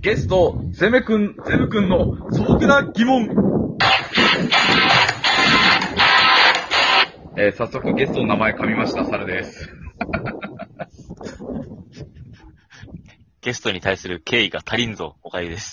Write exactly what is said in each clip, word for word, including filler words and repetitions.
ゲスト、ゼメくん、ゼムくんの素朴な疑問。えー、早速ゲストの名前噛みました、サルです。 ゲストに対する敬意が足りんぞ、おかゆです。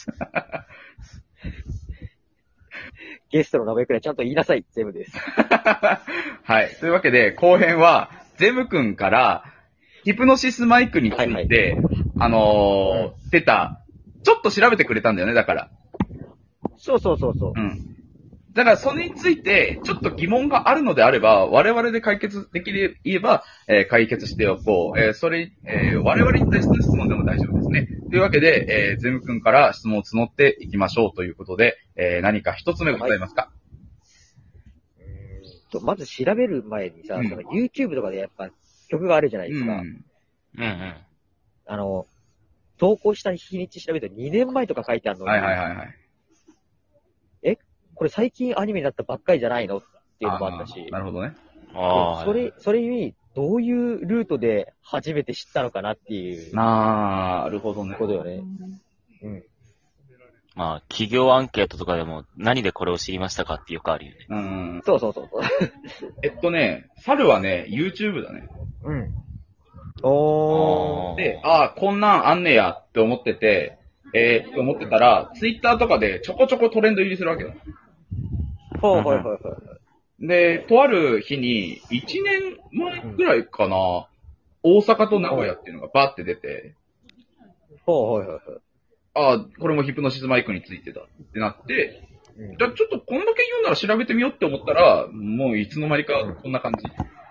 ゲストの名前くらいちゃんと言いなさい、ゼムです。 はい。というわけで、後編は、ゼムくんから、ヒプノシスマイクについて、はいはい、あのー、出た、ちょっと調べてくれたんだよね、だから。 そうそうそうそう。 うん。だから、それについて、ちょっと疑問があるのであれば、我々で解決できれば、えー、解決しておこう。えー、それ、えー、我々に対しての質問でも大丈夫ですね。というわけで、えー、ゼムくんから質問を募っていきましょうということで、えー、何か一つ目ございますか？ はい、うーんと、まず調べる前にさ、うん、その YouTube とかでやっぱ曲があるじゃないですか。うん。 うんうん。 あの、投稿した日にち調べるとにねんまえとか書いてあるのに。 はいはいはいはい。 えこれ最近アニメになったばっかりじゃないのっていうのもあったし。 なるほどね。 ああ。それ、それに、どういうルートで初めて知ったのかなっていう。 なるほどね。 ことよね。うん。 まあ、企業アンケートとかでも何でこれを知りましたかってよくあるよね。 うん。 そうそうそう。 えっとね、猿はね、YouTube だね。 うん。おー。で、ああ、こんなんあんねやって思ってて、えー、って思ってたら、Twitter とかでちょこちょこトレンド入りするわけだ。 はいはいはいはい。 で、とある日に、いちねんまえくらいかな、うん、大阪と名古屋っていうのがバーって出て、 はいはいはい。 ああ、これもヒプノシスマイクについてだってなって、うん、じゃあちょっとこんだけ言うなら調べてみようって思ったら、もういつの間にかこんな感じ。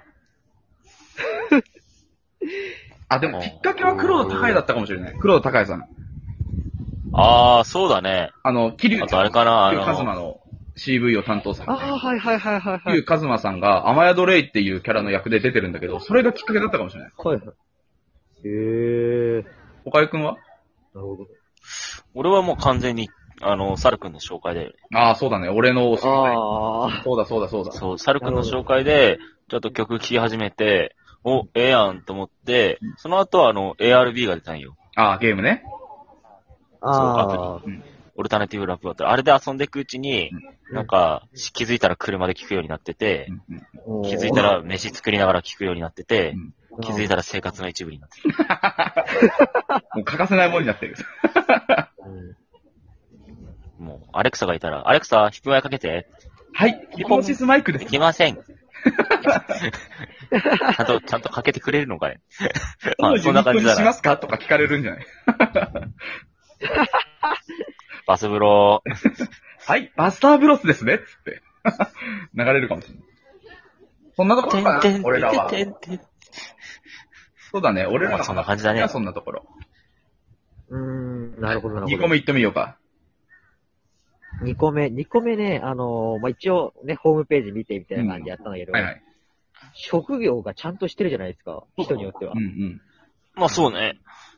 あ、でもきっかけは黒田高也だったかもしれない。黒田高也さん。 ああ、そうだね。 あの、桐生、 あとあれかな、 あの、カズマの シーブイ を担当されて。 ああ、はいはいはいはい、はい。 桐生カズマさんが、アマヤドレイっていうキャラの役で出てるんだけど、それがきっかけだったかもしれない。 はいはい。へえ。 岡井くんは？ なるほど。 俺はもう完全に、あの、サル君の紹介だよね。 ああ、そうだね。俺の紹介。ああ。 そうだそうだそうだ。 そう、サル君の紹介で、ちょっと曲聴き始めて、お、ええやんと思って、その後はあの、エーアールビー が出たんよ。 ああ、ゲームね。 そう、アプリ。うん。オルタナティブラップバトル。あれで遊んでいくうちに、うん、なんか、気づいたら車で聴くようになってて、うん、気づいたら飯作りながら聴くようになってて、うん、気づいたら生活の一部になってた。 もう欠かせないものになってる。 もう、アレクサがいたら、アレクサ、ヒプマイかけて。 はい、ヒプノシスマイクです。 いけません。ちゃんと、ちゃんとかけてくれるのかね。 まあ、そんな感じだな。しますかとか聞かれるんじゃないバス風呂。 はい、バスターブロスですね。つって。流れるかもしれない。そんなところかな、俺らは。そうだね、俺らはそんな感じだね。 そんなところ。 うーん、なるほどなるほど。 にこめ行ってみようか。 にこめ、にこめね、あのー、まあ、一応ね、ホームページ見てみたいな感じでやったんだけど、うん、はいはい。職業がちゃんとしてるじゃないですか、人によっては。 うんうん。 まあそうね。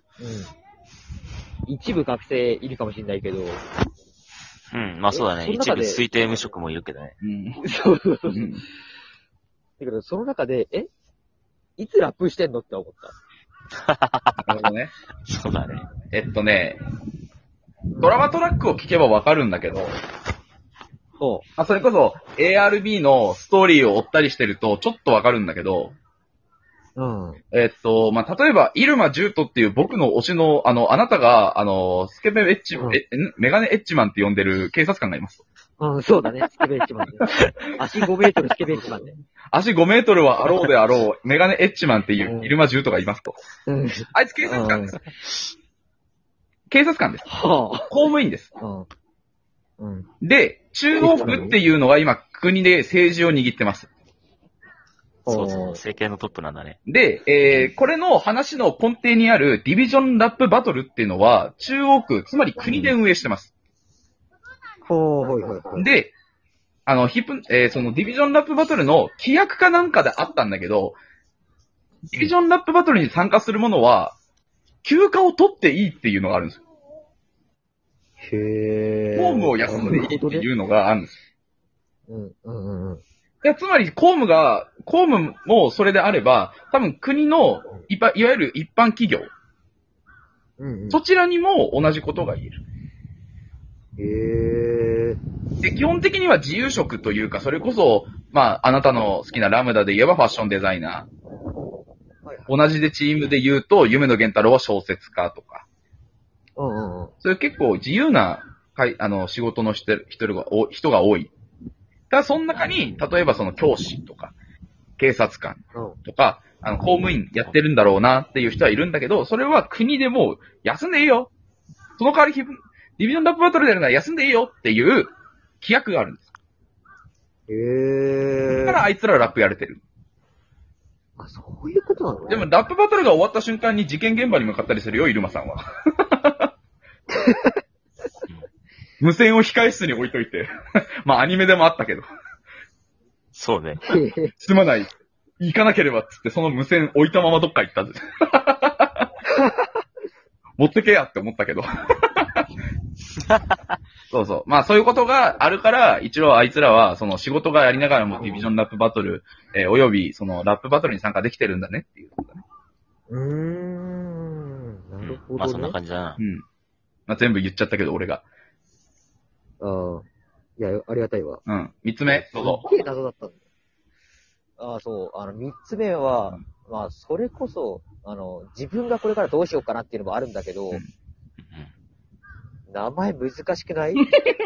うん。一部学生いるかもしれないけど。 うん、まあそうだね。一部推定無職もいるけどね。 うん。そうそうそう。うん、だけど、その中で、えいつラップしてんのって思った。 なるほどね。 そうだね。 えっとね、ドラマトラックを聞けばわかるんだけど、 そう。 あ、それこそ エーアールビー のストーリーを追ったりしてるとちょっとわかるんだけど、 うん。 えっと、まあ、例えば、イルマジュートっていう僕の推しの、あの、あなたが、あの、スケベエッチ、うん、え、メガネエッチマンって呼んでる警察官がいます。 うん、そうだね、スケベエッチマン、ね。足ごメートルスケベエッチマンね。 足ごメートルはあろうであろう、メガネエッチマンっていうイルマジュートがいますと。 うん。 あいつ警察官です。警察官です。 はあ、 公務員です。 うん。うん。 で、中央区っていうのは今、国で政治を握ってます。 そうそう、政権のトップなんだね。 で、えー、これの話の根底にあるディビジョンラップバトルっていうのは、中央区、つまり国で運営してます。 ほう、ほいほいほい。 で、あの、ヒップ、えー、そのディビジョンラップバトルの規約かなんかであったんだけど、ディビジョンラップバトルに参加する者は、休暇を取っていいっていうのがあるんですよ。 へー。 公務を休んでいいっていうのがあるんです。 うん、うん、うん。 いや、つまり、公務が、公務もそれであれば、多分国のい、いわゆる一般企業うんうん、 そちらにも同じことが言える。 へー。 で、基本的には自由職というか、それこそ、まあ、あなたの好きなラムダで言えばファッションデザイナー。はいはい、同じでチームで言うと、夢野源太郎は小説家とか。 うんうんうん。 それ結構自由な、あの、仕事のしてる人が、人が多い。ただ、その中に、例えばその教師とか、警察官とか、あの、公務員やってるんだろうなっていう人はいるんだけど、それは国でもう休んでいいよ。その代わり、ディビジョンラップバトルでやるなら休んでいいよっていう規約があるんです。 へー。 だからあいつらラップやれてる。 あ、そういうことなのね。 でもラップバトルが終わった瞬間に事件現場に向かったりするよ、イルマさんは。無線を控え室に置いといて。まあアニメでもあったけど。 そうね。 すまない。行かなければっつってその無線置いたままどっか行ったぜ。持ってけやって思ったけど。そうそう。まあそういうことがあるから、一応あいつらはその仕事がやりながらもディビジョンラップバトル、えー、およびそのラップバトルに参加できてるんだねっていうことだね。 うーん。なるほど、ね。 まあそんな感じだな。 うん。まあ全部言っちゃったけど俺が。 ああ。いや、ありがたいわ。 うん。三つ目、どうぞ。 すっげえ謎だったんだ。ああ、そう。あの、三つ目は、まあ、それこそ、あの、自分がこれからどうしようかなっていうのもあるんだけど、うん、名前難しくない？う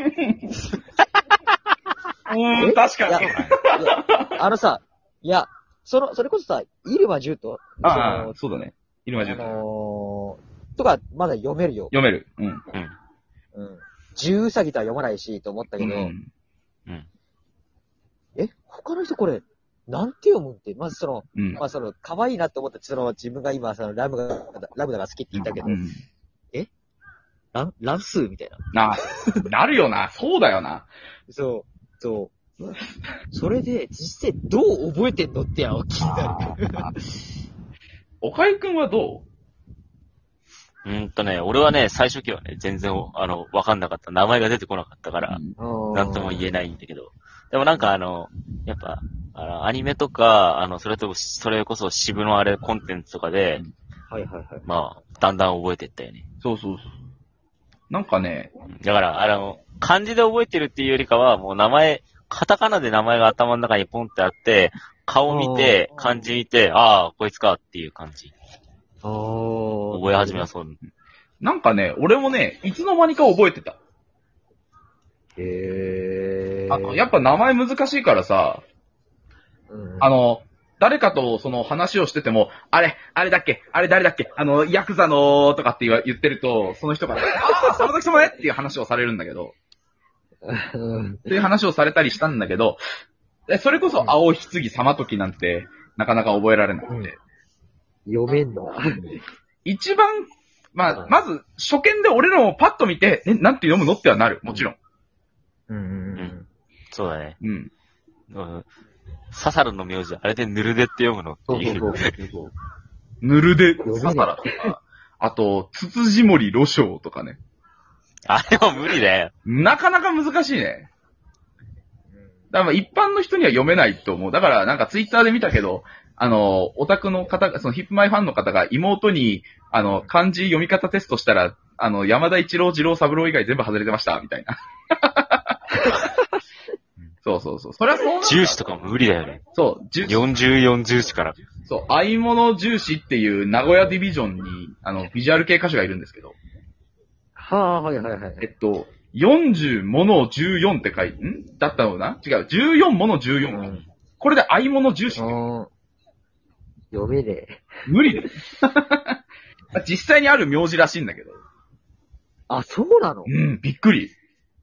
ーん、確かに。 いや、いや、あのさ、いや、その、それこそさ、入間獣と、 ああ、そうだね。入間獣と。 あのー、とか、まだ読めるよ。 読める。うん。うん。 うん。獣うさぎとは読まないし、と思ったけど、うん。うん、え、他の人これ、なんて読むんって、まずその、うん、まあその、可愛いなって思った、その、自分が今、その、ラムが、ラムダが好きって言ったけど、うん、えラン、ランスーみたいな。 なあ、なるよな。そうだよな。 そう、そう。それで、実際どう覚えてんのってや、気になる。 岡井くんはどううーんとね、俺はね、最初期はね、全然、あの、わかんなかった。名前が出てこなかったから、うん、なんとも言えないんだけど。でもなんかあの、やっぱ、あの、アニメとか、あの、それと、それこそ渋のあれコンテンツとかで、 はいはいはい。 まあ、だんだん覚えていったよね。 そうそうそう。なんかね、 だから、あの、漢字で覚えてるっていうよりかは、もう名前、カタカナで名前が頭の中にポンってあって、顔見て、漢字見て、ああ、こいつかっていう感じ。 ああ。 覚え始めはそう。 なんかね、俺もね、いつの間にか覚えてた。 へー。 あの、やっぱ名前難しいからさ、うん、あの、誰かとその話をしてても、あれ、あれだっけあれ誰だっけあの、ヤクザのとかって言ってると、その人から、ああ、その時様ねっていう話をされるんだけど、うん、っていう話をされたりしたんだけど、それこそ青ひつぎさまときなんて、なかなか覚えられなくて。うん、 読めんだ。 一番、まあ、まず、初見で俺らもパッと見て、え、なんて読むのってはなる。もちろん。 うんうんうん。 そうだね。 うん。 うん。ササラの名字、あれでヌルデって読むのっていう。そうそうそうそう。 ヌルデ、ササラとか、あと、ツツジモリロショウとかね。 あれも無理だよ。 なかなか難しいね。だから一般の人には読めないと思う。だからなんかツイッターで見たけど、あの、オタクの方が、そのヒップマイファンの方が妹に、あの、漢字読み方テストしたら、あの、山田一郎、二郎、三郎以外全部外れてました、みたいな。そうそうそう。それはそうなんだ。 重視とかも無理だよね。 そう、重視。 よんじゅうよん重視から。 そう、合い物重視っていう名古屋ディビジョンに、あの、ビジュアル系歌手がいるんですけど。 はあ、はいはいはい。 えっと、よんじゅうものじゅうよんって書いて、んだったのな違う、じゅうよんものじゅうよん。うん、これで合い物重視。 読めねえ。 無理だよ。実際にある名字らしいんだけど。 あ、そうなの？ うん、びっくり。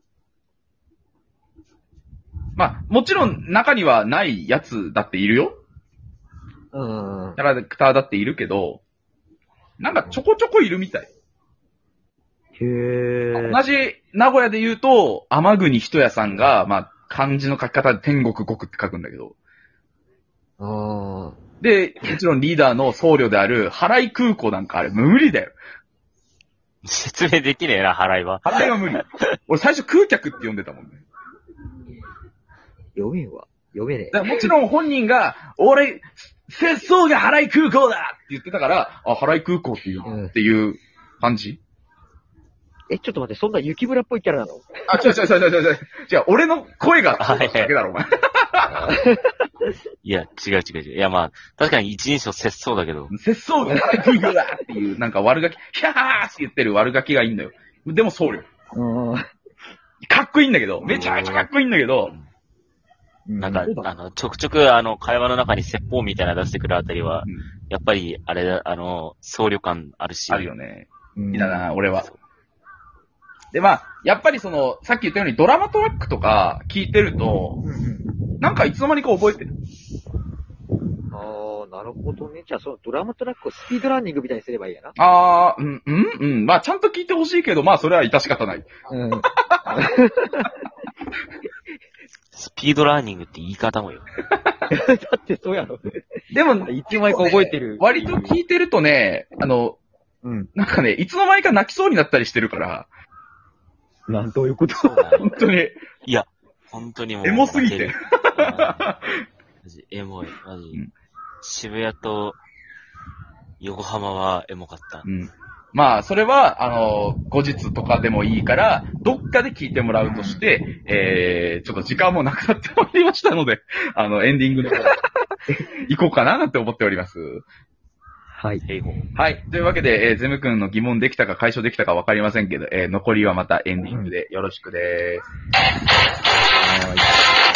まあ、もちろん中にはないやつだっているよ。 うん。 キャラクターだっているけど、なんかちょこちょこいるみたい。 へー。 同じ名古屋で言うと、天国一屋さんが、まあ、漢字の書き方で天国国って書くんだけど。 あー。 で、もちろんリーダーの僧侶である、払い空港なんかあれ無理だよ。 説明できねえな、払いは。 払いは無理。俺最初空客って呼んでたもんね。 読めんわ。読めねえ。もちろん本人が、俺、節操が払い空港だって言ってたから、あ、払い空港っていう、うん、っていう感じ？ え、ちょっと待って、そんな雪村っぽいキャラなの？ あ、違う違う違う違う違う。違う、俺の声がだけだろ、お前。 いや、違う違う違う。いや、まあ、確かに一人称節操だけど。 節操がグーグーだっていう、なんか悪ガキ、ヒャーって言ってる悪ガキがいいんだよ。でも僧侶。 うん。 かっこいいんだけど、めちゃめちゃかっこいいんだけど、 なんか、あの、ちょくちょく、あの、会話の中に説法みたいなの出してくるあたりは、うん、やっぱり、あれ、あの、僧侶感あるし。 あるよね。いいだな、俺は。で、まあ、やっぱりその、さっき言ったようにドラマトラックとか聞いてると、なんかいつの間にか覚えてる。 ああ、なるほどね。じゃあ、そのドラマトラックをスピードランニングみたいにすればいいやな。 ああ、うん、うん、うん。まあ、ちゃんと聞いてほしいけど、まあ、それは致し方ない。うん。 スピードラーニングって言い方もよ。 だってそうやろ。 でも、 いつの間にか覚えてる。 割と聞いてるとね、あの、うん。なんかね、いつの間にか泣きそうになったりしてるから。 なんどういうこと本当に。 いや、本当にもう。 エモすぎて。 マジ、エモい。マジ。うん、渋谷と横浜はエモかった。 うん。まあ、それは、あの、後日とかでもいいから、どっかで聞いてもらうとして、えー、ちょっと時間もなくなってまいりましたので、あの、エンディングの方、行こうかななんて思っております。 はい。 はい。というわけで、えー、ゼム君の疑問できたか解消できたかわかりませんけど、えー、残りはまたエンディングでよろしくでーす。はい。